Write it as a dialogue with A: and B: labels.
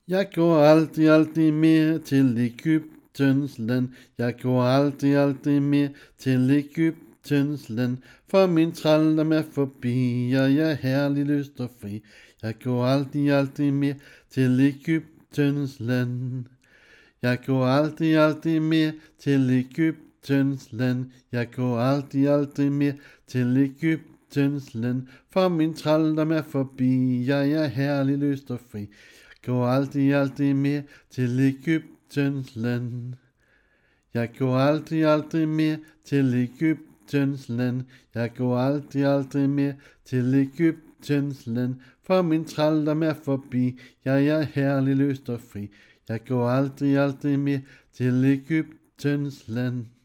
A: Jeg går aldrig mere til Egyptens land. Jeg går aldrig mere til Egyptens land. For min trældom er forbi, og jeg er herlig lyst og fri. Jeg går aldrig mere til Egyptens land. Jeg går aldrig mere til Egyptens land. Jeg går aldrig mere til Egyptens land. For min trældom er forbi, jeg er herlig lyst og fri. Jeg går aldrig mere til Egyptens land. Jeg går aldrig mere til Egyptens land. Jeg går aldrig mere til Egyptens land. For min trældom er forbi, jeg er herlig lyst og fri. Jeg går aldrig mere til Egyptens land.